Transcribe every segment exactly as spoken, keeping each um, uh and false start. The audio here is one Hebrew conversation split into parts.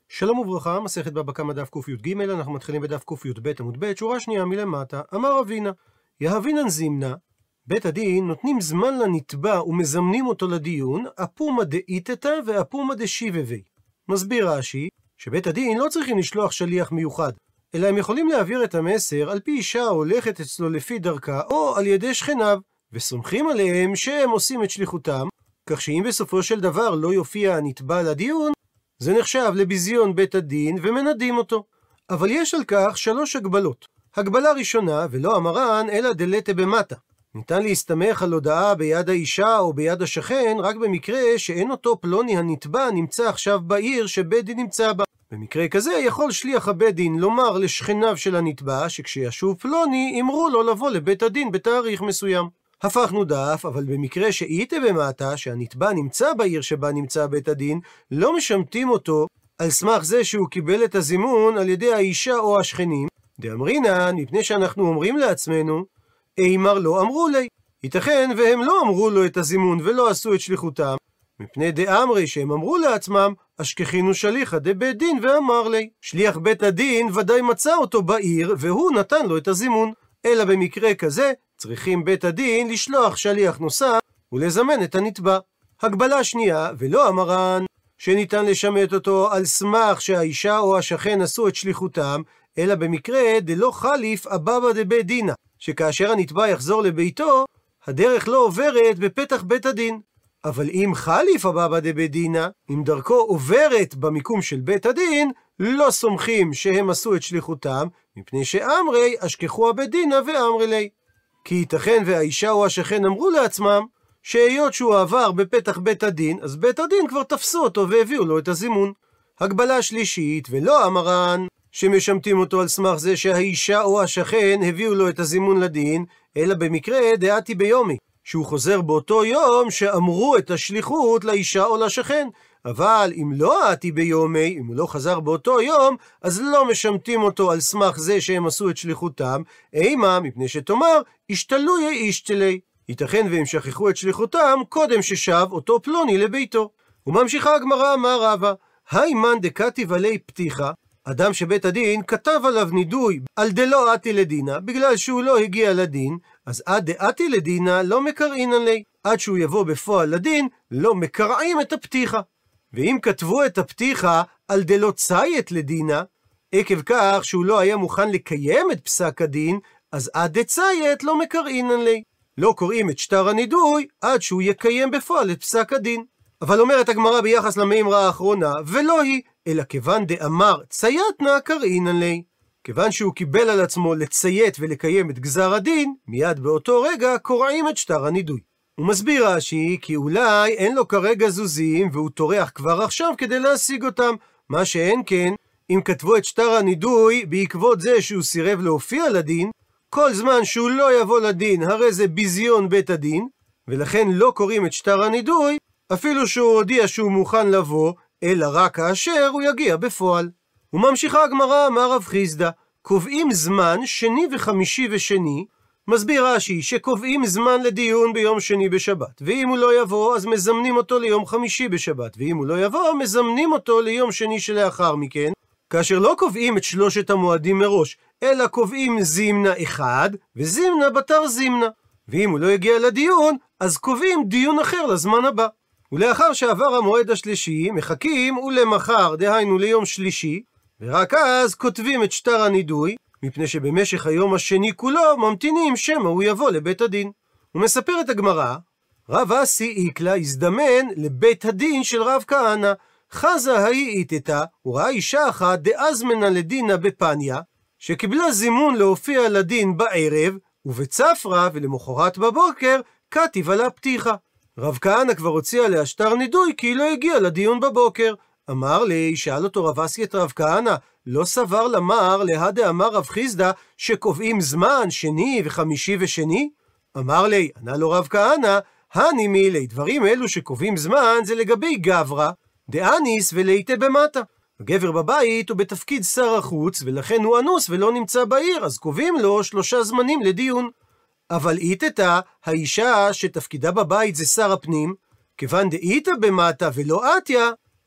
שלום וברכה, מסכת בבא קמא דף קי"ג, אנחנו מתחילים בדף קי"ב עמוד ב', שורה שנייה מלמטה. אמר רבינה, יהבינן זימנה, בית הדין נותנים זמן לנתבע ומזמנים אותו לדיון, אפומה דאיתתא ואפומה דשיבבי. מסביר רש"י, שבית הדין לא צריכים לשלוח שליח מיוחד, אלא הם יכולים להעביר את המסר על פי אישה ההולכת אצלו לפי דרכה, או על ידי שכניו, וסומכים עליהם שהם עושים את שליחותם, כך שאם בסופו של דבר לא יופיע הנתבע לדיון, זה נחשב לביזיון בית הדין ומנדים אותו. אבל יש על כך שלוש הגבלות. הגבלה ראשונה, ולא אמרן, אלא דלתה במטה. ניתן להסתמך על הודעה ביד האישה או ביד השכן, רק במקרה שאין אותו פלוני הנתבע נמצא עכשיו בעיר שבית דין נמצא בה. במקרה כזה יכול שליח הבית דין לומר לשכניו של הנתבע, שכשישוב פלוני, אמרו לו לבוא לבית הדין בתאריך מסוים. הפכנו דף, אבל במקרה שאיתה במטה, שהנתבע נמצא בעיר שבה נמצא בית הדין, לא משמטים אותו על סמך זה שהוא קיבל את הזימון על ידי האישה או השכנים. דאמרינן, מפני שאנחנו אומרים לעצמנו, אימר לא אמרו לי. ייתכן והם לא אמרו לו את הזימון ולא עשו את שליחותם, מפני דאמרי שהם אמרו לעצמם, אשכחינו שליחא דבית דין ואמר לי. שליח בית הדין ודאי מצא אותו בעיר והוא נתן לו את הזימון. אלא במקרה כזה צריכים בית הדין לשלוח שליח נוסף ולזמן את הנתבע. הגבלה שנייה, ולא אמרן, שניתן לשמט אותו על סמך שהאישה או השכן עשו את שליחותם, אלא במקרה דלא חליף אבבא דבית דינא, שכאשר הנתבע יחזור לביתו, הדרך לא עוברת בפתח בית הדין. אבל אם חליף אבבא דבית דינא, אם דרכו עוברת במיקום של בית הדין, לא סומכים שהם עשו את שליחותם, מפני שאמרי אשכחו הבית דינא ואמרי לי. כי ייתכן והאישה או השכן אמרו לעצמם, שהיות שהוא עבר בפתח בית הדין, אז בית הדין כבר תפסו אותו והביאו לו את הזימון. הגבלה שלישית, ולא אמרן, שמשמטים אותו על סמך זה שהאישה או השכן הביאו לו את הזימון לדין, אלא במקרה דעתי ביומי, שהוא חוזר באותו יום שאמרו את השליחות לאישה או לשכן. אבל אם לא עתי ביומי, אם הוא לא חזר באותו יום, אז לא משמטים אותו על סמך זה שהם עשו את שליחותם, אימה, מפני שתאמר, השתלוי אישתלי. ייתכן והם שכחו את שליחותם קודם ששב אותו פלוני לביתו. וממשיכה הגמרא, אמר רבא, היימן דכתיב עלי פתיחה, אדם שבית הדין כתב עליו נידוי על דלא עתי לדינא, בגלל שהוא לא הגיע לדין, אז עד דעתי לדינא לא מקראין עלי. עד שהוא יבוא בפועל לדין, לא מקראים את הפתיחה. ואם כתבו את הפתיחה על דלא ציית לדינא, עקב כך שהוא לא היה מוכן לקיים את פסק הדין, אז עד דציית לא מקראין עלי. לא קוראים את שטר הנידוי עד שהוא יקיים בפועל את פסק הדין. אבל אומרת הגמרא ביחס למימרה האחרונה, ולא היא, אלא כיוון דאמר צייתנא קראין עלי. כיוון שהוא קיבל על עצמו לציית ולקיים את גזר הדין, מיד באותו רגע קוראים את שטר הנידוי. הוא מסביר רש"י כי אולי אין לו כרגע זוזים והוא טורח כבר עכשיו כדי להשיג אותם, מה שאין כן, אם כתבו את שטר הנידוי בעקבות זה שהוא סירב להופיע לדין, כל זמן שהוא לא יבוא לדין הרי זה ביזיון בית הדין, ולכן לא קוראים את שטר הנידוי אפילו שהוא הודיע שהוא מוכן לבוא, אלא רק כאשר הוא יגיע בפועל. וממשיכה הגמרא, אמר רב חיסדא, קובעים זמן שני וחמישי ושני. מסביר רש"י שקובעים זמן לדיון ביום שני בשבת, ואם הוא לא יבוא אז מזמנים אותו ליום חמישי בשבת, ואם הוא לא יבוא מזמנים אותו ליום שני שלאחר מכן, כאשר לא קובעים את שלושת המועדים מראש, אלא קובעים זימנה אחד וזימנה בתר זימנה, ואם הוא לא יגיע לדיון אז קובעים דיון אחר לזמן הבא. ולאחר שעבר המועד השלישי מחכים ולמחר, דהיינו ליום שלישי, ורק אז כותבים את שטר הנידוי, מפני שבמשך היום השני כולו ממתינים שמא הוא יבוא לבית הדין. הוא מספר את הגמרא, רב אסי איקלה הזדמן לבית הדין של רב כהנא, חזה ההיא איתתה, הוא ראה אישה אחת דאזמנה לדינא בפניה, שקיבלה זימון להופיע לדין בערב, ובצפרא ולמחרת בבוקר כתיב עלה פתיחה. רב כהנא כבר הוציא עליה שטר נידוי כי היא לא הגיעה לדיון בבוקר. אמר לי, שאל אותו רב אסי את רב כהנא, לא סבר למר להדה אמר רב חיסדא שקובעים זמן שני וחמישי ושני? אמר לי, ענה לו רב כהנא, הני מילי, דברים אלו שקובעים זמן זה לגבי גברא, דאניס ולייטה במטה. הגבר בבית הוא בתפקיד שר החוץ, ולכן הוא אנוס ולא נמצא בעיר, אז קובעים לו שלושה זמנים לדיון. אבל איתתה, האישה שתפקידה בבית זה שר הפנים, כיוון דאיתה במטה ולא עתיה,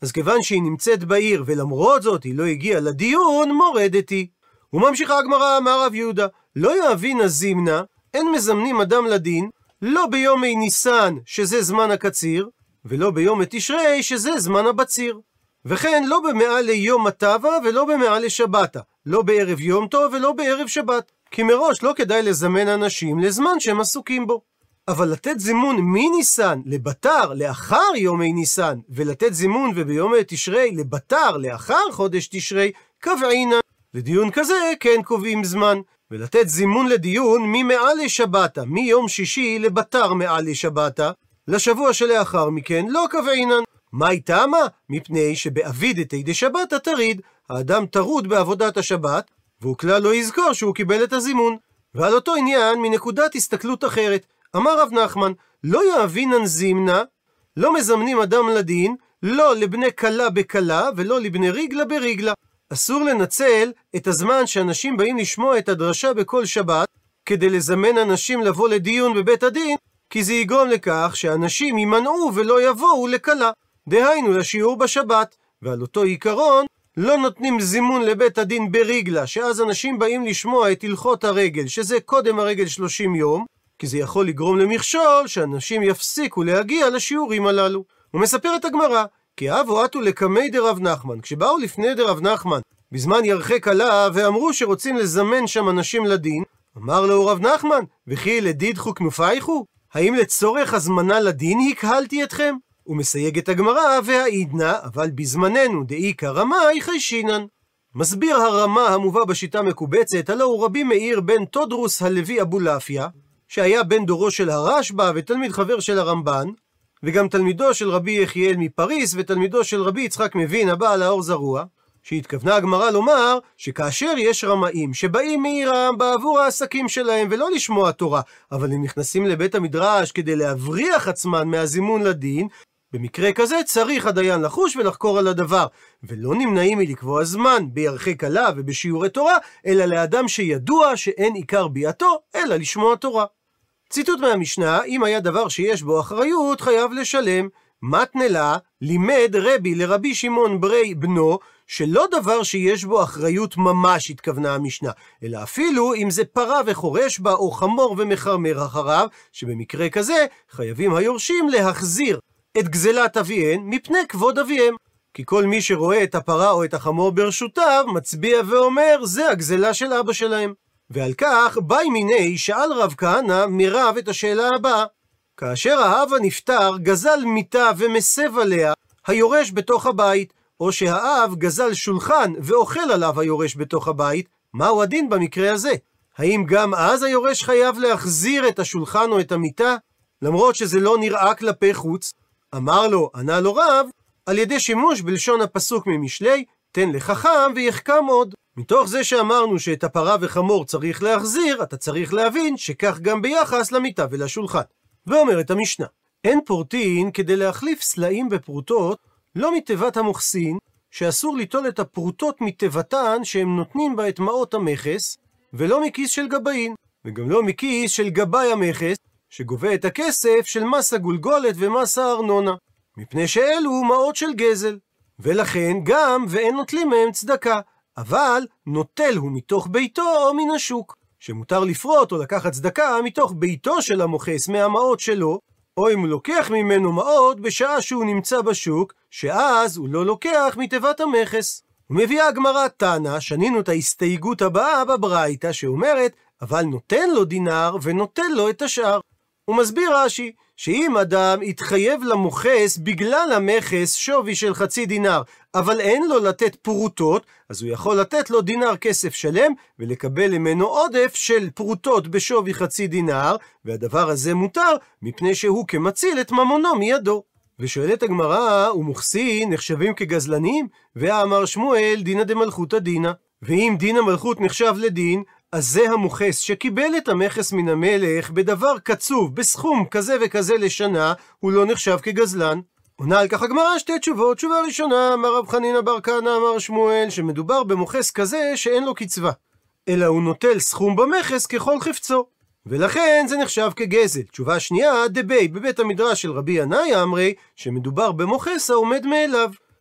אז כיוון שהיא נמצאת בעיר ולמרות זאת היא לא הגיעה לדיון, מורדת היא. וממשיכה הגמרא, אמר רב יהודה, לא יהבין הזימנה, אין מזמנים אדם לדין, לא ביומי ניסן שזה זמן הקציר, ולא ביום תשרי שזה זמן הבציר. וכן לא במאה ליום הטבה ולא במאה לשבתה, לא בערב יום טוב ולא בערב שבת, כי מראש לא כדאי לזמן אנשים לזמן שהם עסוקים בו. אבל לתת זימון מניסן לבטר לאחר יומי ניסן, ולתת זימון וביום תשרי לבטר לאחר חודש תשרי, קבעינה. לדיון כזה כן קובעים זמן. ולתת זימון לדיון ממאה לשבתה, מיום שישי לבטר מאה לשבתה, לשבוע שלאחר מכן לא קבעינן. מהי תמה? מפני שבאבידתיה דשבתא תריד, האדם טרוד בעבודת השבת, והוא כלל לא יזכור שהוא קיבל את הזימון. ועל אותו עניין מנקודת הסתכלות אחרת, אמר רב נחמן, לא יהבינן זימנה, לא מזמנים אדם לדין, לא לבני כלה בכלה ולא לבני ריגלה בריגלה. אסור לנצל את הזמן שאנשים באים לשמוע את הדרשה בכל שבת, כדי לזמן אנשים לבוא לדיון בבית הדין, כי זה יגרום לכך שאנשים יימנעו ולא יבואו לכלה. דהיינו לשיעור בשבת, ועל אותו עיקרון לא נותנים זימון לבית הדין בריגלה, שאז אנשים באים לשמוע את הלכות הרגל, שזה קודם הרגל שלושים יום, כי זה יכול לגרום למכשול שאנשים יפסיקו להגיע לשיעורים הללו. הוא מספר את הגמרא, כי אבו עטו לקמי דרב נחמן, כשבאו לפני דרב נחמן בזמן ירחי כלה ואמרו שרוצים לזמן שם אנשים לדין, אמר לו רב נחמן, וכי לדידחו כנופייכו? האם לצורך הזמנה לדין הקהלתי אתכם? הוא מסייג את הגמרא והעידנה, אבל בזמננו דאיקא רמאי חיישינן. מסביר הרמה המובא בשיטה מקובצת, הלא הוא רבי מאיר בן תודרוס הלוי אבולעפיה, שהיה בן דורו של הרשב"א ותלמיד חבר של הרמב"ן, וגם תלמידו של רבי יחיאל מפריס ותלמידו של רבי יצחק מווינה בעל האור זרוע, שהתכוונה הגמרא לומר שכאשר יש רמאים שבאים מעירם בעבור העסקים שלהם ולא לשמוע תורה, אבל הם נכנסים לבית המדרש כדי להבריח עצמן מהזימון לדין, במקרה כזה צריך הדיין לחוש ולחקור על הדבר, ולא נמנעים מלקבוע זמן בירחי כלה ובשיעורי תורה, אלא לאדם שידוע שאין עיקר ביאתו אלא לשמוע תורה. ציטוט מהמשנה, אם היה דבר שיש בו אחריות חייב לשלם. מתנה לה, לימד רבי לרבי שמעון ברי בנו, שלא דבר שיש בו אחריות ממש התכוונה המשנה, אלא אפילו אם זה פרה וחורש בה או חמור ומחרמר אחריו, שבמקרה כזה חייבים היורשים להחזיר את גזלת אביהם מפני כבוד אביהם. כי כל מי שרואה את הפרה או את החמור ברשותיו מצביע ואומר זה הגזלה של אבא שלהם. ועל כך ביי מיני שאל רב כהנא מרב את השאלה הבאה, כאשר האב הנפטר גזל מיטה ומסב עליה היורש בתוך הבית, או שהאב גזל שולחן ואוכל עליו היורש בתוך הבית, מהו הדין במקרה הזה? האם גם אז היורש חייב להחזיר את השולחן או את המיטה, למרות שזה לא נראה כלפי חוץ? אמר לו, ענה לו רב, על ידי שימוש בלשון הפסוק ממשלי, תן לחכם ויחכם עוד. מתוך זה שאמרנו שאת הפרה וחמור צריך להחזיר, אתה צריך להבין שכך גם ביחס למיטה ולשולחן. ואומרת המשנה, אין פורטין כדי להחליף סלעים בפרוטות, לא מתיבת המוחסין, שאסור ליטול את הפרוטות מתיבתן שהם נותנים בה את מעות המכס, ולא מכיס של גבאין, וגם לא מכיס של גבאי המכס, שגובה את הכסף של מס הגולגולת ומס הארנונה, מפני שאלו מעות של גזל, ולכן גם ואין נוטלים מהם צדקה, אבל נוטל הוא מתוך ביתו או מן השוק, שמותר לפרוט או לקחת צדקה מתוך ביתו של המוכס מהמעות שלו, או אם הוא לוקח ממנו מעות בשעה שהוא נמצא בשוק, שאז הוא לא לוקח מתיבת המכס. ומביאה הגמרא תנא, שנינו את ההסתייגות הבאה בברייתא שאומרת, אבל נותן לו דינר ונותן לו את השאר. הוא מסביר רש"י, שאם אדם יתחייב למוכס בגלל המכס שווי של חצי דינר, אבל אין לו לתת פרוטות, אז הוא יכול לתת לו דינר כסף שלם, ולקבל ממנו עודף של פרוטות בשווי חצי דינר, והדבר הזה מותר, מפני שהוא כמציל את ממונו מידו. ושואלת הגמרא, ומוכסין נחשבים כגזלנים? ואמר שמואל, דינא דמלכותא דינא. ואם דין המלכות נחשב לדין, אז זה המוכס שקיבל את המכס מן המלך בדבר קצוב, בסכום כזה וכזה לשנה, הוא לא נחשב כגזלן. עונה על כך הגמרא שתי תשובות. תשובה ראשונה, אמר רב חנינא בר כהנא אמר שמואל, שמדובר במוכס כזה שאין לו קצבה, אלא הוא נוטל סכום במכס ככל חפצו, ולכן זה נחשב כגזל. תשובה שנייה, דבי בבית המדרש של רבי ינאי אמרי, שמדובר במוכס העומד מאליו,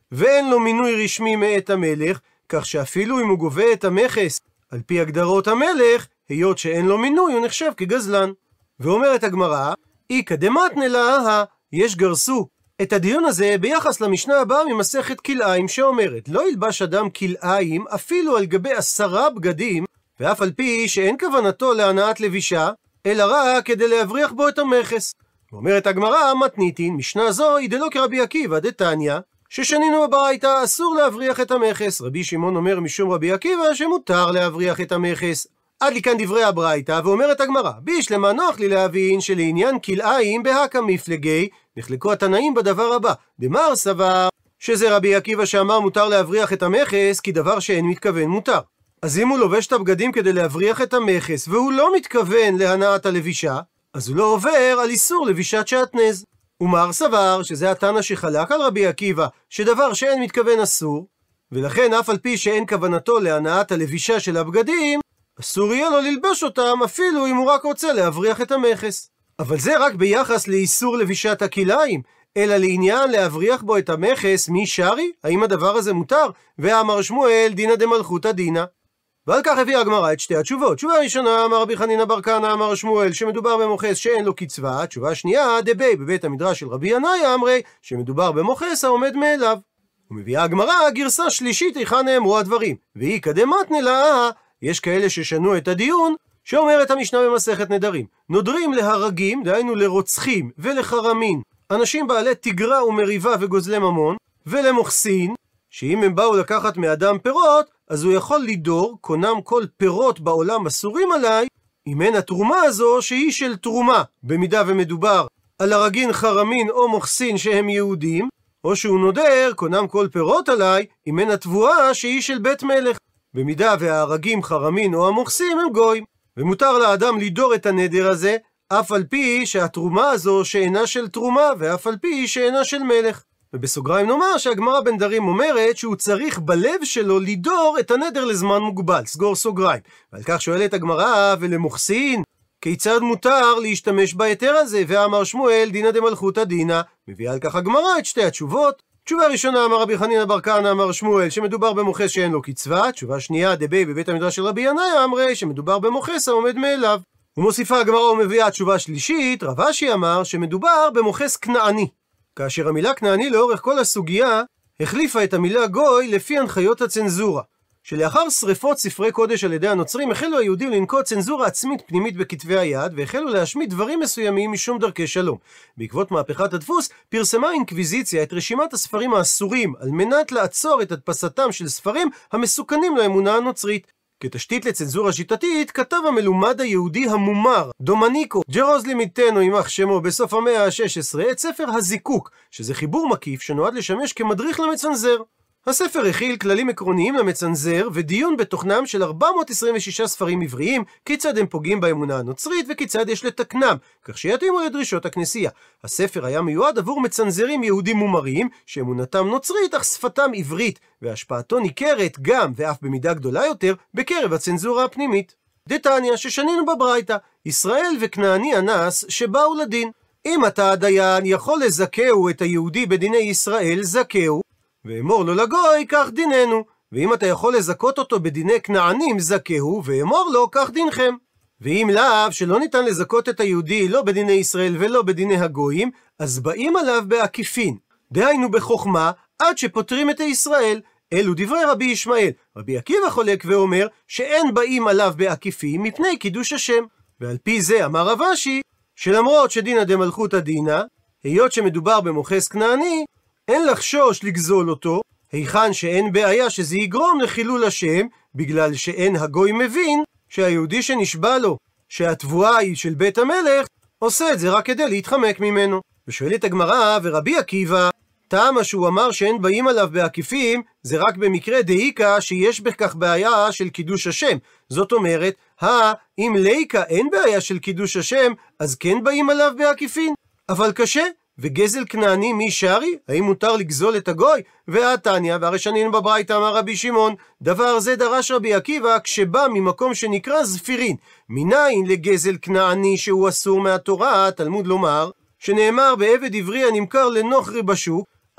ואין לו מינוי רשמי מאת המלך, כך שאפילו אם הוא גובה את המכס על פי הגדרות המלך, היות שאין לו מינוי הוא נחשב כגזלן. ואומרת הגמרא, איכא דמתנא להא, יש גרסו את הדיון הזה ביחס למשנה הבאה ממסכת כלאיים, שאומרת לא ילבש אדם כלאיים אפילו על גבי עשרה בגדים, ואף על פי שאין כוונתו להנאת לבישה, אלא רק כדי להבריח בו את המכס. ואומרת הגמרא, מתניתין, משנה זו היא דלא כרבי עקיבא דתניא, ששנינו בברייתא אסור להבריח את המכס. רבי שמעון אומר משום רבי עקיבא שמותר להבריח את המכס. עד לכאן דברי הברייתא, ואומרת הגמרא, בישלמה נוח לי להבין שלעניין כלאיים בהקא מפלגי, נחלקו התנאים בדבר הבא. דמר סבר שזה רבי עקיבא שאמר מותר להבריח את המכס, כי דבר שאין מתכוון מותר. אז אם הוא לובש את הבגדים כדי להבריח את המכס, והוא לא מתכוון להנאת הלבישה, אז הוא לא עובר על איסור לבישת שעטנז. ומר סבר שזה התנא שחלק על רבי עקיבא, שדבר שאין מתכוון אסור, ולכן אף על פי שאין כוונתו להנאת הלבישה של הבגדים, אסור יהיה לו ללבש אותם אפילו אם הוא רק רוצה להבריח את המכס. אבל זה רק ביחס לאיסור לבישת הכלאיים, אלא לעניין להבריח בו את המכס, מי שרי? האם הדבר הזה מותר? ואמר שמואל דינא דמלכותא דינא. ועל כך הביאה הגמרא את שתי התשובות. תשובה ראשונה, אמר רבי חנינא בר כהנא אמר שמואל שמדובר במוכס שאין לו קצבה. תשובה שנייה, דבי בבית המדרש של רבי ינאי אמרי שמדובר במוכס העומד מאליו. ומביאה הגמרא גרסה שלישית היכן נאמרו הדברים, ואיכא דמתנא להא, יש כאלה ששנו את הדיון, שאומרת המשנה במסכת נדרים, נודרים להרגים, דהיינו לרוצחים ולחרמין, אנשים בעלי תגרה ומריבה וגוזלי ממון, ולמוכסין, שאם הם באו לקחת מאדם פירות, אז הוא יכול לדור, קונם כל פירות בעולם אסורים עליי, אם אין התרומה הזו שהיא של תרומה, במידה ומדובר על הרגין, חרמין או מוכסין שהם יהודים, או שהוא נודר, קונם כל פירות עליי, אם אין התבואה שהיא של בית מלך, במידה וההרגים, חרמין או המוכסים הם גויים. ומותר לאדם לדור את הנדר הזה, אף על פי שהתרומה הזו שאינה של תרומה, ואף על פי שאינה של מלך. ובסוגריים נאמר שהגמרא בנדרים אומרת שהוא צריך בלב שלו לדור את הנדר לזמן מוגבל, סגור סוגריים. ועל כך שואלת הגמרא, ולמוכסין, כיצד מותר להשתמש בהיתר הזה? ואמר שמואל דינא דמלכותא דינא. מביאה על כך הגמרא את שתי התשובות. תשובה ראשונה, אמר רבי חנינא בר כהנא אמר שמואל שמדובר במוכס שאין לו קצבה. תשובה שנייה, דבי בבית המדרש של רבי ינאי אמרי שמדובר במוכס העומד מאליו. ומוסיפה הגמרא ומביאה תשובה שלישית, רב אשי אמר שמדובר במוכס כנעני, כאשר המילה כנעני לאורך כל הסוגיה החליפה את המילה גוי לפי הנחיות הצנזורה, שלאחר שריפות ספרי קודש על ידי הנוצרים החלו היהודים לנקוט צנזורה עצמית פנימית בכתבי היד, והחלו להשמיט דברים מסוימים משום דרכי שלום. בעקבות מהפכת הדפוס פרסמה האינקוויזיציה את רשימת הספרים האסורים על מנת לעצור את הדפסתם של ספרים המסוכנים לאמונה הנוצרית. כתשתית לצנזורה שיטתית כתב המלומד היהודי המומר דומניקו ג'רוזלימיטנו יימח שמו בסוף המאה ה-שש עשרה את ספר הזיקוק, שזה חיבור מקיף שנועד לשמש כמדריך למצנזר. הספר הכיל כללים עקרוניים למצנזר ודיון בתוכנם של ארבע מאות עשרים ושישה ספרים עבריים, כיצד הם פוגעים באמונה הנוצרית וכיצד יש לתקנם, כך שיתאימו לדרישות הכנסייה. הספר היה מיועד עבור מצנזרים יהודים מומרים, שאמונתם נוצרית אך שפתם עברית, והשפעתו ניכרת גם, ואף במידה גדולה יותר, בקרב הצנזורה הפנימית. דתניא ששנינו בברייתא, ישראל וכנעני אנס שבאו לדין. אם אתה הדיין יכול לזכהו את היהודי בדיני ישראל, זכהו, ואמור לו לגוי, כך דיננו. ואם אתה יכול לזכות אותו בדיני כנענים, זכהו, ואמור לו, כך דינכם. ואם לאו שלא ניתן לזכות את היהודי לא בדיני ישראל ולא בדיני הגויים, אז באים עליו בעקיפין, דהיינו בחוכמה, עד שפותרים את הישראל. אלו דברי רבי ישמעאל. רבי עקיבא חולק ואומר שאין באים עליו בעקיפין מפני קידוש השם. ועל פי זה אמר רב אשי, שלמרות שדינא דמלכותא דינא, היות שמדובר במוכס כנעני, אין לחשוש לגזול אותו, היכן שאין בעיה שזה יגרום לחילול השם, בגלל שאין הגוי מבין שהיהודי שנשבע לו שהתבואה היא של בית המלך, עושה את זה רק כדי להתחמק ממנו. ושואלת הגמרא, ורבי עקיבא, טעמה שהוא אמר שאין באים עליו בעקיפים, זה רק במקרה דאיקה שיש בכך בעיה של קידוש השם. זאת אומרת, הא, אם ליקה אין בעיה של קידוש השם, אז כן באים עליו בעקיפין. אבל קשה. וגזל כנעני מי שרי? האם מותר לגזול את הגוי? והתניא, והרי שנינו בברייתא אמר רבי שמעון, דבר זה דרש רבי עקיבא כשבא ממקום שנקרא זפירין. מניין לגזל כנעני שהוא אסור מהתורה? תלמוד לומר, שנאמר בעבד עברי הנמכר לנוכרי בשוק,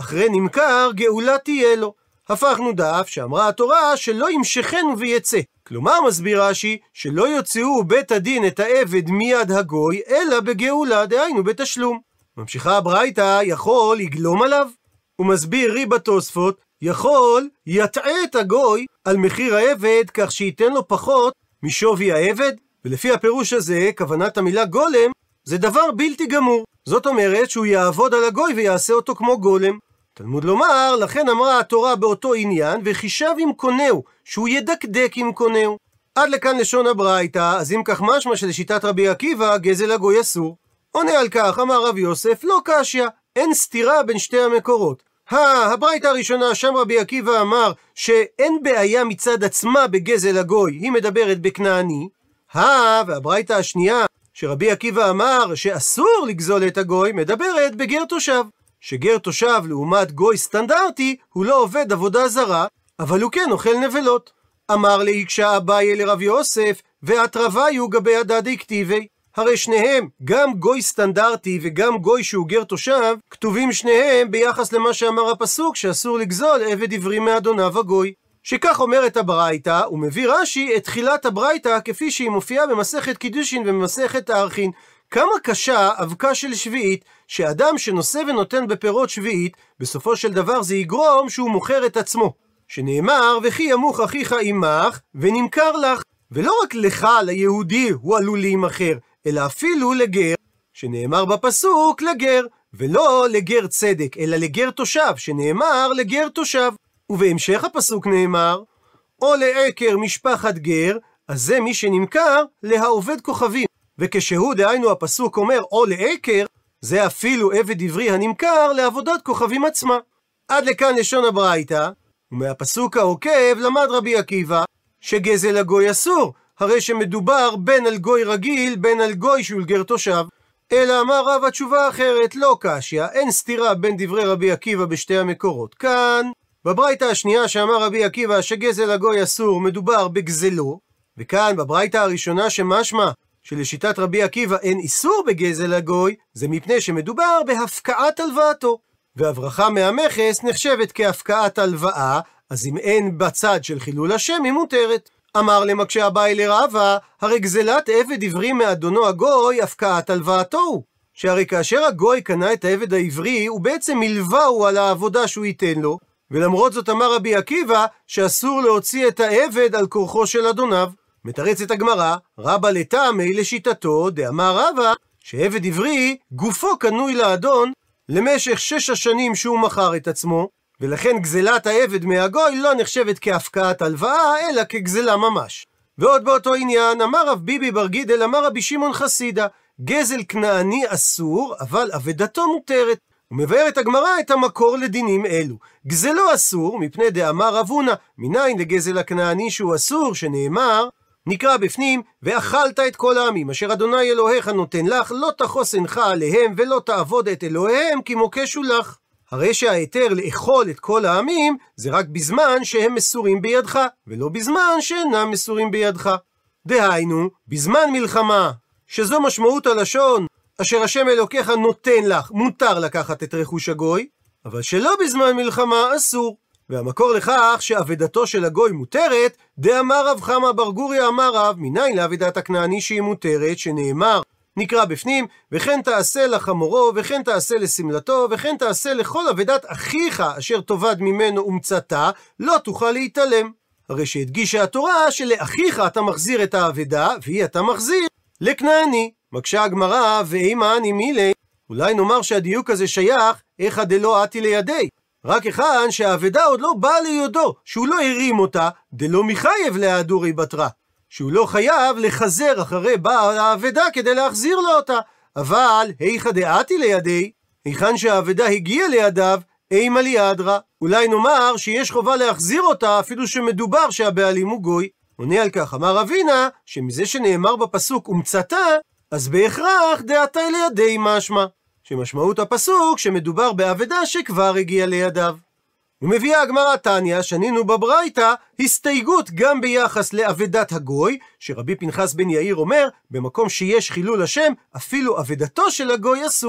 אחרי נמכר גאולה תהיה לו. הפכנו דף שאמרה התורה שלא ימשכנו ויצא. כלומר מסביר רש"י שלא יוציאו בית הדין את העבד מיד הגוי, אלא בגאולה, דהיינו בתשלום. ממשיכה הברייתא, יכול יגלום עליו. הוא מסביר ריב"א תוספות, יכול יטעה את הגוי על מחיר העבד כך שייתן לו פחות משווי העבד, ולפי הפירוש הזה כוונת המילה גולם זה דבר בלתי גמור. זאת אומרת שהוא יעבוד על הגוי ויעשה אותו כמו גולם. תלמוד לומר, לכן אמרה התורה באותו עניין, וחישב עם קונהו, שהוא ידקדק עם קונהו. עד לכאן לשון הברייתא, אז אם כך משמע שלשיטת רבי עקיבא, גזל הגוי אסור. עונה על כך, אמר רב יוסף, לא קשיא, אין סתירה בין שתי המקורות. הא, הברייתא הראשונה, שם רבי עקיבא אמר שאין בעיה מצד עצמה בגזל הגוי, היא מדברת בכנעני. הא, והברייתא השנייה, שרבי עקיבא אמר שאסור לגזול את הגוי, מדברת בגר תושב. שגר תושב לעומת גוי סטנדרטי הוא לא עובד עבודה זרה, אבל הוא כן אוכל נבלות. אמר להיקשה אביי לרב יוסף, ואתרוויו גבי הדדי כתיבי. הרי שניהם, גם גוי סטנדרטי וגם גוי שהוא גר תושב, כתובים שניהם ביחס למה שאמר הפסוק שאסור לגזול עבד עברי מאדוניו הגוי. שכך אומרת הברייתא, ומביא רש"י את תחילת הברייתא כפי שהיא מופיעה במסכת קידושין ובמסכת הערכין. כמה קשה אבקה של שביעית, שאדם שנושא ונותן בפירות שביעית, בסופו של דבר זה יגרום שהוא מוכר את עצמו. שנאמר, וכי ימוך אחיך עמך ונמכר לך. ולא רק לך, ליהודי, הוא עלול להימכר, אלא אפילו לגר, שנאמר בפסוק לגר, ולא לגר צדק, אלא לגר תושב, שנאמר לגר תושב. ובהמשך הפסוק נאמר, או לעקר משפחת גר, אז זה מי שנמכר להעובד כוכבים. וכשהוא, דהיינו הפסוק אומר או לעקר, זה אפילו עבד עברי הנמכר לעבודת כוכבים עצמה. עד לכאן לשון הברייתא, ומהפסוק העוקב למד רבי עקיבא שגזל הגוי אסור, הרי שמדובר בין על גוי רגיל בין על גוי שהוא גר תושב. אלא אמר רב התשובה אחרת, לא קשיא, אין סתירה בין דברי רבי עקיבא בשתי המקורות. כאן בברייתא השנייה שאמר רבי עקיבא שגזל הגוי אסור מדובר בגזלו, וכאן בברייתא הראשונה שמשמע שלשיטת רבי עקיבא אין איסור בגזל הגוי, זה מפני שמדובר בהפקעת הלוואתו, והברכה מהמכס נחשבת כהפקעת הלוואה, אז אם אין בצד של חילול השם היא מותרת. אמר למקשה אביי לרבא, הרי גזלת עבד עברי מאדונו הגוי הפקעת הלוואתו הוא, שהרי כאשר הגוי קנה את העבד העברי הוא בעצם מלווהו על העבודה שהוא ייתן לו, ולמרות זאת אמר רבי עקיבא שאסור להוציא את העבד על כורחו של אדוניו. מתרצת הגמרא, רבא לטעמי לשיטתו, דאמר רבא שעבד עברי גופו קנוי לאדון למשך שש השנים שהוא מכר את עצמו, ולכן גזלת העבד מהגוי לא נחשבת כהפקעת הלוואה אלא כגזלה ממש. ועוד באותו עניין אמר רב ביבי בר גידל אמר רבי שמעון חסידה, גזל כנעני אסור אבל אבדתו מותרת. ומבארת הגמרא את המקור לדינים אלו. גזלו אסור מפני דאמר רב הונא, מניין לגזל הכנעני שהוא אסור, שנאמר נקרא בפנים, ואכלת את כל העמים אשר אדוני אלוהיך נותן לך, לא תחוס עינך עליהם ולא תעבוד את אלוהיהם כי מוקשו לך. הרי שההיתר לאכול את כל העמים זה רק בזמן שהם מסורים בידך, ולא בזמן שאינם מסורים בידך. דהיינו, בזמן מלחמה, שזו משמעות הלשון אשר השם אלוקיך נותן לך, מותר לקחת את רכוש הגוי, אבל שלא בזמן מלחמה אסור. והמקור לכך שאבדתו של הגוי מותרת, דאמר רב חמא בר גוריא אמר רב, מניין לאבדת הכנעני שהיא מותרת, שנאמר נקרא בפנים, וכן תעשה לחמורו, וכן תעשה לשמלתו, וכן תעשה לכל אבדת אחיך אשר תאבד ממנו ומצאתה, לא תוכל להתעלם. הרי שהדגישה התורה שלאחיך אתה מחזיר את האבדה, והיא אתה מחזיר לכנעני. מקשה הגמרא, ואימה אני מילי, אולי נאמר שהדיוק הזה שייך איכא דלא אתי לידי, רק היכן שהאבדה עוד לא באה ליודו, שהוא לא הרים אותה, דלא מחייב להדורי בתרה, שהוא לא חייב לחזר אחרי בעל האבדה כדי להחזיר לו אותה. אבל היכא דאתי לידי, היכן שהאבדה הגיעה לידיו, אימה ליאדרא, אולי נאמר שיש חובה להחזיר אותה אפילו שמדובר שהבעלים הוא גוי. עונה על כך אמר רבינה, שמזה שנאמר בפסוק ומצאתה, אז בהכרח דעתי לידי משמע, שמשמעות הפסוק שמדובר באבדה שכבר הגיעה לידיו. ומביאה הגמרא תניא, שנינו בברייתא, הסתייגות גם ביחס לאבדת הגוי, שרבי פנחס בן יאיר אומר, במקום שיש חילול השם, אפילו אבדתו של הגוי אסור.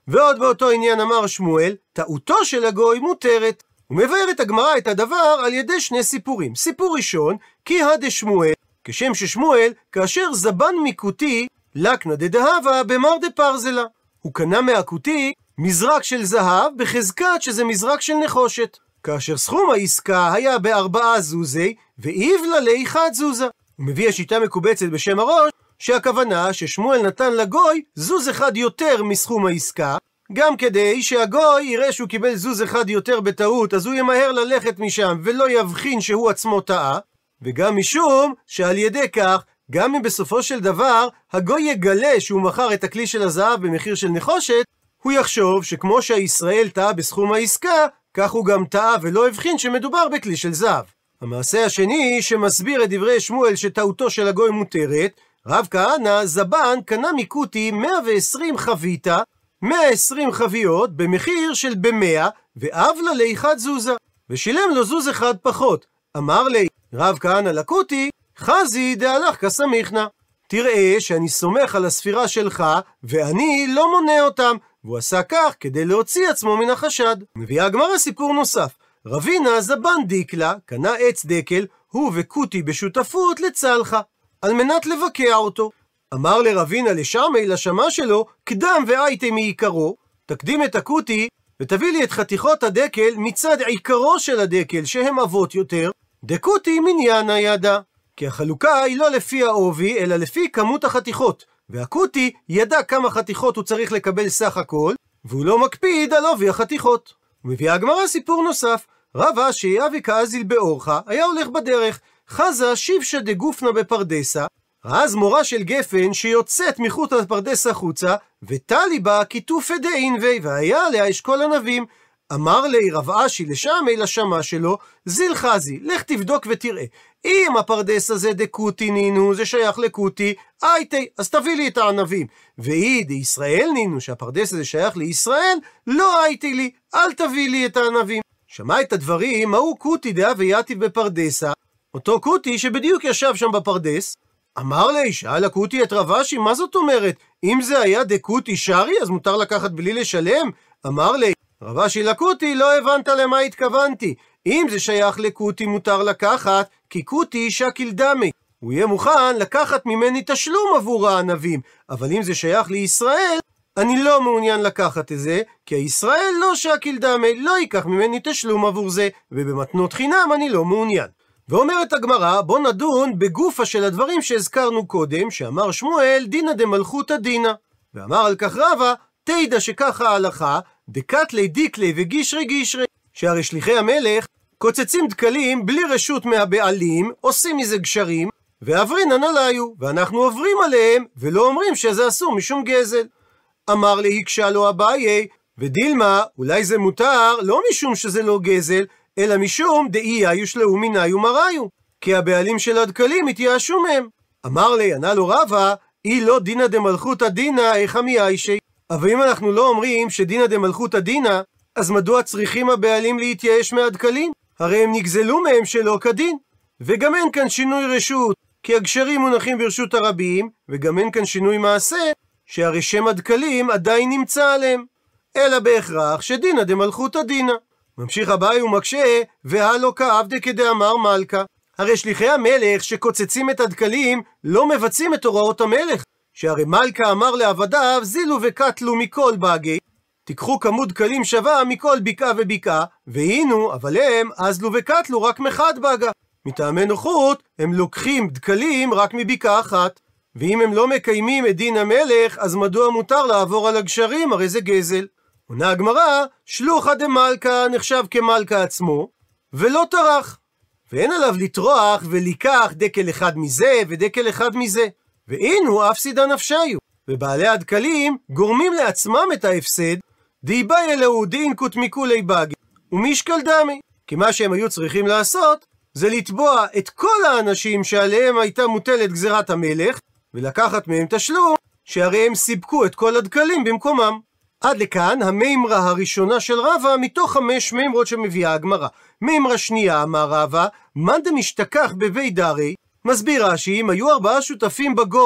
ועוד באותו עניין אמר שמואל, טעותו של הגוי מותרת. ומבארת הגמרא את הדבר על ידי שני סיפורים. סיפור ראשון, כי הדה שמואל, כשם ששמואל, כאשר זבן מקוטי, לקנא דדהבה במר דפרזלה. הוא קנה מהקוטי מזרק של זהב בחזקת שזה מזרק של נחושת. כאשר סכום העסקה היה בארבעה זוזי, ואיבלה לאחד זוזה. הוא מביא השיטה מקובצת בשם הראש, שהכוונה ששמואל נתן לגוי זוז אחד יותר מסכום העסקה, גם כדי שהגוי יראה שהוא קיבל זוז אחד יותר בטעות, אז הוא ימהר ללכת משם ולא יבחין שהוא עצמו טעה, וגם משום שעל ידי כך, גם אם בסופו של דבר הגוי יגלה שהוא מכר את הכלי של הזהב במחיר של נחושת, הוא יחשוב שכמו שהישראל טעה בסכום העסקה, כך הוא גם טעה ולא הבחין שמדובר בכלי של זהב. המעשה השני שמסביר את דברי שמואל שטעותו של הגוי מותרת, רב כהנא זבן קנה מקוטי מאה ועשרים חביתה, מאה ועשרים חביות במחיר של במאה, ואבלה לאחד זוזה, ושילם לו זוז אחד פחות. אמר לי רב כהנא לקוטי, חזי דהלך כסמיכנה, תראה שאני סומך על הספירה שלך ואני לא מונה אותם, והוא עשה כך כדי להוציא עצמו מן החשד. מביאה הגמרא סיפור נוסף, רבינה זבן דיקלה קנה עץ דקל, הוא וקוטי בשותפות לצלחה, על מנת לבקע אותו. אמר לרבינה לשמי לשמה שלו, קדם ואייתי מעיקרו, תקדים את הקוטי ותביא לי את חתיכות הדקל מצד עיקרו של הדקל שהם אבות יותר, דקוטי מניינה ידה, כי החלוקה היא לא לפי העובי אלא לפי כמות החתיכות, והקוטי ידע כמה חתיכות הוא צריך לקבל סך הכל, והוא לא מקפיד על עובי החתיכות. ומביאה הגמרא סיפור נוסף, רב אשי אבי כאזיל באורחה, היה הולך בדרך, חזה שיבשה דגופנה בפרדסה, ראה זמורה של גפן שיוצאת מחוץ לפרדס החוצה, ותלי בה כיתופי דאינווי, והיה עליה אשכול ענבים. אמר לי רב אשי לשמי לשמה שלו, זיל חזי, לך תבדוק ותראה, אם הפרדס הזה דקוטי נינו, זה שייך לקוטי, הייתי, אז תביא לי את הענבים. ואי דישראל נינו, שהפרדס הזה שייך לישראל, לא הייתי לי, אל תביא לי את הענבים. שמע את הדברים, מהו קוטי דאה ויתיב בפרדסה, אותו קוטי שבדיוק ישב שם בפרדס. אמר לי, שאל הקוטי את רב אשי, מה זאת אומרת? אם זה היה דקוטי שרי, אז מותר לקחת בלי לשלם? אמר לי, רב אשי לקוטי, לא הבנת למה התכוונתי. אם זה שייך לקוטי מותר לקחת, כי קוטי שקיל דמי. הוא יהיה מוכן לקחת ממני תשלום עבור הענבים, אבל אם זה שייך לישראל, אני לא מעוניין לקחת את זה, כי הישראל לא שקיל דמי, לא ייקח ממני תשלום עבור זה, ובמתנות חינם אני לא מעוניין. ואומרת הגמרא, בוא נדון בגופה של הדברים שהזכרנו קודם, שאמר שמואל דינא דמלכותא דינא, ואמר על כך רבא, תדע שככה ההלכה, דקתלי דיקלי וגישרי גישרי, שהרי שליחי המלך קוצצים דקלים בלי רשות מהבעלים, עושים מזה גשרים, ועברינן עליו, ואנחנו עוברים עליהם, ולא אומרים שזה אסור משום גזל. אמר לי, הקשה לו אביי, ודילמה, אולי זה מותר, לא משום שזה לא גזל, אלא משום דאי יושלהו מיני ומראיו, כי הבעלים של הדקלים התייאשו מהם. אמר לי, ענה לו רבא, אי לא דינא דמלכותא דינא, איך המיישי. אבל אם אנחנו לא אומרים שדינא דמלכותא דינא, אז מדוע צריכים הבעלים להתייאש מהדקלים? הרי הם נגזלו מהם שלא כדין. וגם אין כאן שינוי רשות, כי הגשרים מונחים ברשות הרבים, וגם אין כאן שינוי מעשה, שהרי שם הדקלים עדיין נמצא עליהם. אלא בהכרח שדינא דמלכותא דינא. ממשיך אביי ומקשה, והלא כעבדי כדאמר מלכה. הרי שליחי המלך שקוצצים את הדקלים לא מבצעים את הוראות המלך, שהרי מלכה אמר לעבדיו, זילו וקטלו מכל בגי, תיקחו כמות דקלים שווה מכל בקעה ובקעה, והינו, אבל הם אזלו וקטלו רק מחד בגה. מטעמי נוחות, הם לוקחים דקלים רק מבקעה אחת, ואם הם לא מקיימים את דין המלך, אז מדוע מותר לעבור על הגשרים? הרי זה גזל. עונה הגמרא, שלוחא דמלכה נחשב כמלכה עצמו, ולא טרח, ואין עליו לטרוח וליקח דקל אחד מזה ודקל אחד מזה, ואינו אפסידא נפשיו, ובעלי הדקלים גורמים לעצמם את ההפסד, דיבאי אלוהו דאינקות מכולי בגי ומשקל דמי, כי מה שהם היו צריכים לעשות זה לתבוע את כל האנשים שעליהם הייתה מוטלת גזירת המלך, ולקחת מהם תשלום, שהרי הם סיפקו את כל הדקלים במקומם. עד לכאן המימרה הראשונה של רבא מתוך חמש מימרות שמביאה הגמרא. מימרה שנייה אמר רבא, מאן דמשתכח בבי דרי, מסביר רש"י, אם היו ארבעה שותפים בגורן,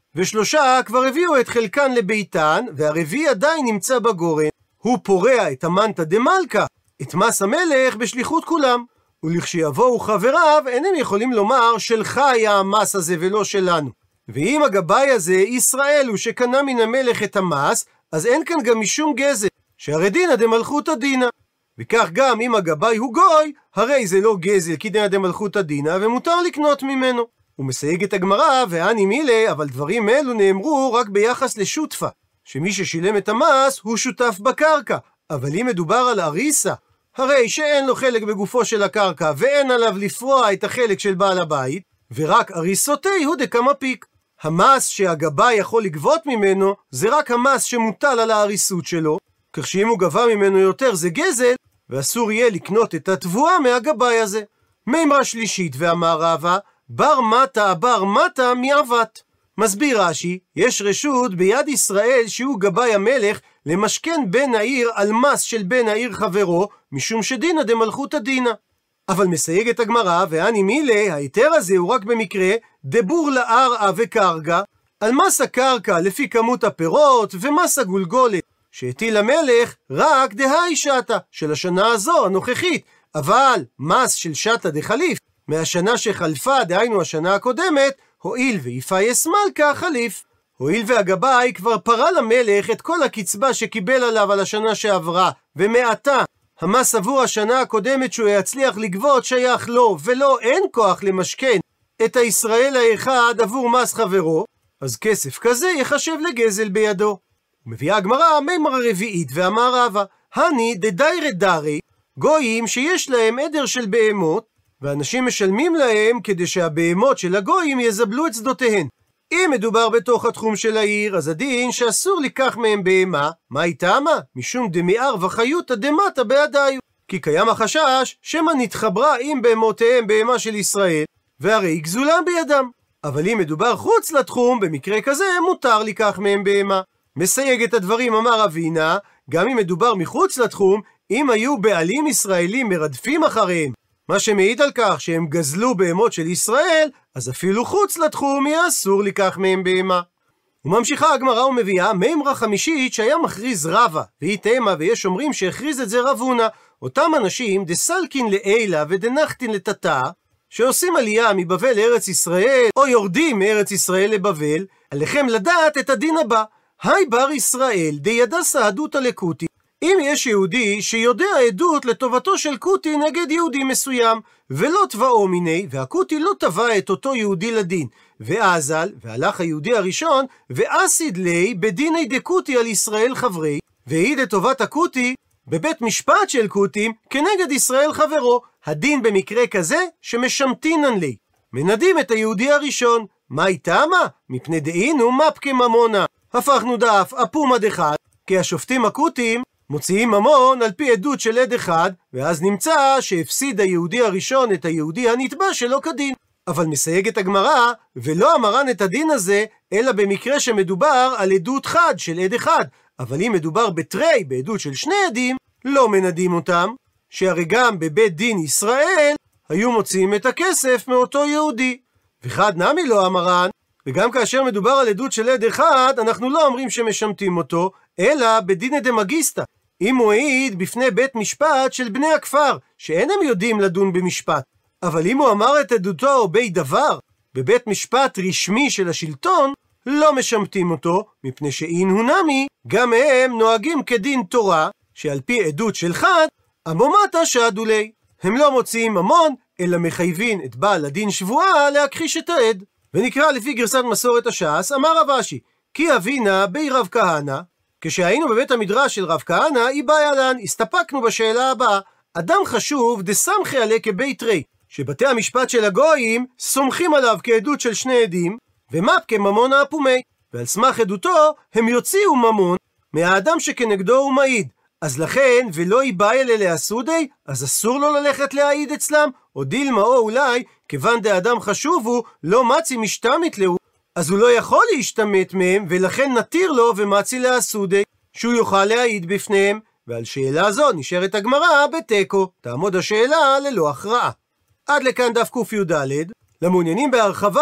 ושלושה כבר הביאו את חלקן לביתן, והרביעי עדיין נמצא בגורן. הוא פורע את המנטה דמלכה, את מס המלך בשליחות כולם. ולכשיבואו חבריו, אינם יכולים לומר שלך היה המס הזה ולא שלנו. ואם הגבאי הזה ישראל הוא שקנה מן המלך את המס, אז אין כאן גם משום גזל, שהרי דינא דמלכותא דינא. וכך גם אם הגבאי הוא גוי, הרי זה לא גזל כי דינא דמלכותא דינא, ומותר לקנות ממנו. הוא מסייג את הגמרא, ואני מילי, אבל דברים אלו נאמרו רק ביחס לשותפה, שמי ששילם את המס הוא שותף בקרקע. אבל אם מדובר על אריסה, הרי שאין לו חלק בגופו של הקרקע, ואין עליו לפרוע את החלק של בעל הבית, ורק אריסותי הוא דקמפיק. המס שהגבאי יכול לגבות ממנו, זה רק המס שמוטל על האריסות שלו, כך שאם הוא גבה ממנו יותר זה גזל, ואסור יהיה לקנות את התבואה מהגבאי הזה. מימרה שלישית ואמר רבא, בר מטה בר מטה מעוות. מסביר רש"י, יש רשות ביד ישראל שהוא גבאי המלך למשכן בן העיר על מס של בן העיר חברו, משום שדינא דמלכותא דינא. אבל מסייג את הגמרא, ואני מילי, ההיתר הזה הוא רק במקרה דבור לערעה וקרגה, על מס הקרקע לפי כמות הפירות ומס הגולגולת שהטיל המלך רק דהאי שתא של השנה הזו הנוכחית, אבל מס של שתא דחליף מהשנה שחלפה, דהיינו השנה הקודמת, הואיל ויפייס מלכה חליף. הואיל והגבאי כבר פרה למלך את כל הקצבה שקיבל עליו על השנה שעברה, ומעתה המס עבור השנה הקודמת שהוא יצליח לגבות שייך לו, ולא אין כוח למשכן את הישראל האחד עבור מס חברו, אז כסף כזה יחשב לגזל בידו. מביאה הגמרא מימרה רביעית ואמר רבא, הני דדיירי דרי, גויים שיש להם עדר של בהמות, ואנשים משלמים להם כדי שהבהמות של הגויים יזבלו את שדותיהן. אם מדובר בתוך התחום של העיר, אז הדין שאסור לקח מהם בהמה. מה היא טעמה? משום דמיער וחיותא דמטה בידיו. כי קיים החשש שמא נתחברה עם בהמותיהם בהמה של ישראל, והרי היא גזולה בידם. אבל אם מדובר חוץ לתחום, במקרה כזה מותר לקח מהם בהמה. מסייג את הדברים אמר אבינה, גם אם מדובר מחוץ לתחום, אם היו בעלים ישראלים מרדפים אחריהם, מה שמעיד על כך שהם גזלו בהמות של ישראל, אז אפילו חוץ לתחום יהיה אסור לקח מהם בהמה. וממשיכה הגמרא ומביאה מימרה חמישית שהיה מכריז רבא, והיא תמה, ויש אומרים שהכריז את זה רב הונא, אותם אנשים דסלקין לאילה ודנחתין לתתא, שעושים עלייה מבבל לארץ ישראל, או יורדים מארץ ישראל לבבל, עליכם לדעת את הדין הבא, היי בר ישראל דידע סהדותא לקוטי, אם יש יהודי שיודע עדות לטובתו של קוטי נגד יהודי מסוים, ולא תבעו מיני, והקוטי לא תבע את אותו יהודי לדין, ואזל, והלך היהודי הראשון, ואסיד לי בדיני דקוטי על ישראל חברי, והעיד את טובת הקוטי בבית משפט של קוטים כנגד ישראל חברו. הדין במקרה כזה שמשמתינן לי, מנדים את היהודי הראשון. מה איתמה? מפני דאינו מפקה ממונה, הפכנו דף אפומה דחד, כי השופטים הקוטים מוציאים ממון על פי עדות של עד אחד, ואז נמצא שהפסיד היהודי הראשון את היהודי הנתבע שלא כדין. אבל מסייגת הגמרא, ולא אמרן את הדין הזה, אלא במקרה שמדובר על עדות חד של עד אחד, אבל אם מדובר בתרי, בעדות של שני עדים, לא מנדים אותם, שהרי גם בבית דין ישראל היו מוציאים את הכסף מאותו יהודי. וחד נמי לא אמרן, וגם כאשר מדובר על עדות של עד אחד, אנחנו לא אומרים שמשמטים אותו, אלא בדינא דמגיסטא, אם הוא העיד בפני בית משפט של בני הכפר, שאינם יודעים לדון במשפט. אבל אם הוא אמר את עדותו בי דבר, בבית משפט רשמי של השלטון, לא משמטים אותו, מפני שאין הוא נמי, גם הם נוהגים כדין תורה, שעל פי עדות של חד, המומתה שדו לי. הם לא מוציאים ממון, אלא מחייבים את בעל הדין שבועה להכחיש את העד. ונקרא לפי גרסת מסורת הש"ס, אמר רב אשי, כי אבינה בי רב כהנא, כשהיינו בבית המדרש של רב כהנא, היא באה לן, הסתפקנו בשאלה הבאה, אדם חשוב דסמכי עליה כבית רי, שבתי המשפט של הגויים סומכים עליו כעדות של שני עדים, ומפקה ממון האפומי, ועל סמך עדותו הם יוציאו ממון מהאדם שכנגדו הוא מעיד. אז לכן, ולא ייבא אלה להסודי, אז אסור לו ללכת להעיד אצלם, או דילמה או אולי, כיוון דאדם חשוב הוא, לא מצי משתמית לו, אז הוא לא יכול להשתמט מהם, ולכן נתיר לו ומצי להסודי, שהוא יוכל להעיד בפניהם. ועל שאלה זו נשארת הגמרא בתיקו, תעמוד השאלה ללא הכרעה. עד לכאן דף קי"ד. למעוניינים בהרחבה,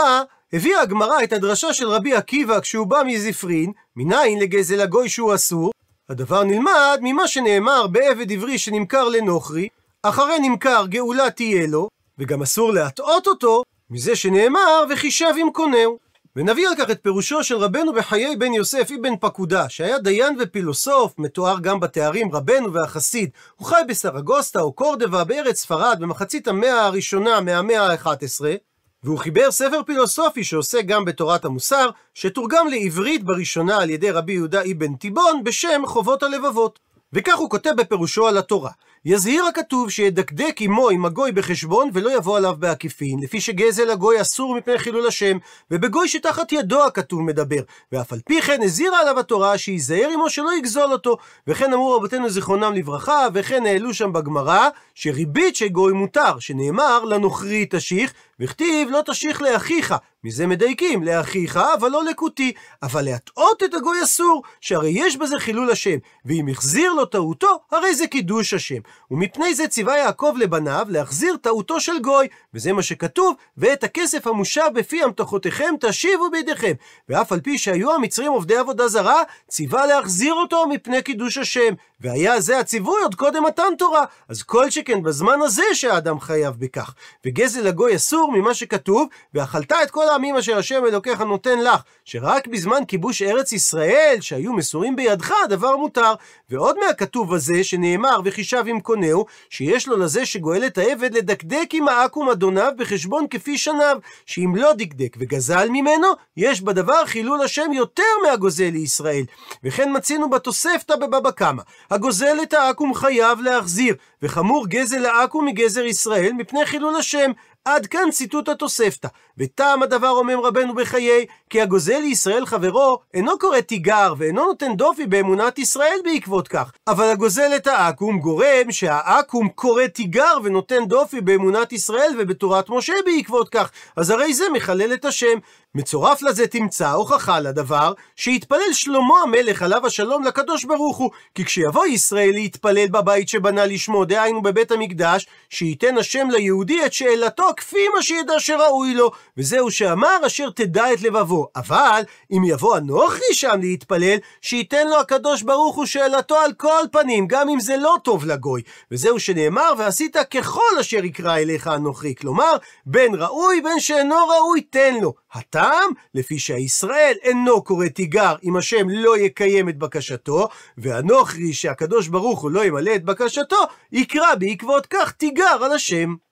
הביאה הגמרא את הדרשה של רבי עקיבא כשהוא בא מזפרין, מניין לגזל הגוי שהוא אסור. הדבר נלמד ממה שנאמר בעבד עברי שנמכר לנוכרי, אחרי נמכר גאולה תהיה לו, וגם אסור להטעות אותו מזה שנאמר וחישב עם קונהו. ונביא על כך את פירושו של רבנו בחיי בן יוסף אבן פקודה, שהיה דיין ופילוסוף, מתואר גם בתארים רבנו והחסיד. הוא חי בסרגוסטה או קורדבה בארץ ספרד במחצית המאה הראשונה מהמאה ה-אחת עשרה, והוא חיבר ספר פילוסופי שעוסק גם בתורת המוסר, שתורגם לעברית בראשונה על ידי רבי יהודה אבן תיבון בשם חובות הלבבות. וכך הוא כותב בפירושו על התורה: יזהיר הכתוב שידקדק עמו עם הגוי בחשבון ולא יבוא עליו בעקיפין, לפי שגזל הגוי אסור מפני חילול השם, ובגוי שתחת ידו הכתוב מדבר, ואף על פי כן הזהירה עליו התורה שיזהר עמו שלא יגזול אותו. וכן אמרו רבותינו זיכרונם לברכה, וכן העלו שם בגמרא שריבית שגוי מותר, שנאמר לנוכרי תשיך, וכתיב לא תשיך לאחיך, מזה מדייקים לאחיך אבל לא לקוטי. אבל להטעות את הגוי אסור, שהרי יש בזה חילול השם, ואם החזיר לו טעותו הרי זה קידוש השם. ומפני זה ציווה יעקב לבניו להחזיר טעותו של גוי, וזה מה שכתוב: ואת הכסף המושב בפי המתחותיכם תשיבו בידיכם. ואף על פי שהיו המצרים עובדי עבודה זרה, ציווה להחזיר אותו מפני קידוש השם, והיה זה הציווי עוד קודם מתן תורה. אז כל שכן בזמן הזה שהאדם חייב בכך. וגזל הגוי אסור ממה שכתוב: ואכלת את כל העמים אשר השם אלוקיך נותן לך, שרק בזמן כיבוש ארץ ישראל שהיו מסורים בידך הדבר מותר. ועוד מהכתוב הזה שנאמר וחישב עם קונהו, שיש לו לזה שגואל את העבד לדקדק עם העכו"ם אדוניו בחשבון כפי שניו, שאם לא דקדק וגזל ממנו, יש בדבר חילול השם יותר מהגוזל לישראל. וכן מצינו בתוספתא בבבא קמא: הגוזל את העכו"ם חייב להחזיר, וחמור גזל העכו"ם מגזר ישראל מפני חילול השם. עד כאן ציטוט התוספתא. וטעם הדבר אומר רבנו בחיי, כי הגוזל לישראל חברו אינו קורא תיגר ואינו נותן דופי באמונת ישראל בעקבות כך, אבל הגוזל את העכו"ם גורם שהעכו"ם קורא תיגר ונותן דופי באמונת ישראל ובתורת משה בעקבות כך, אז הרי זה מחלל את השם. מצורף לזה תמצא הוכחה לדבר שהתפלל שלמה המלך עליו השלום לקדוש ברוך הוא, כי כשיבוא ישראל להתפלל בבית שבנה לשמו, דהיינו בבית המקדש, שייתן השם ליהודי את שאלתו כפי מה שידע שראוי לו, וזהו שאמר אשר תדע את לבבו. אבל אם יבוא אנוכי שם להתפלל, שייתן לו הקדוש ברוך הוא שאלתו על כל פנים, גם אם זה לא טוב לגוי, וזהו שנאמר ועשית ככל אשר יקרא אליך אנוכי, כלומר בין ראוי בין שאינו ראוי תן לו. הטעם לפי שהישראל אינו קורא תיגר אם השם לא יקיים את בקשתו, והנוכרי שהקדוש ברוך הוא לא ימלא את בקשתו יקרא בעקבות כך תיגר על השם.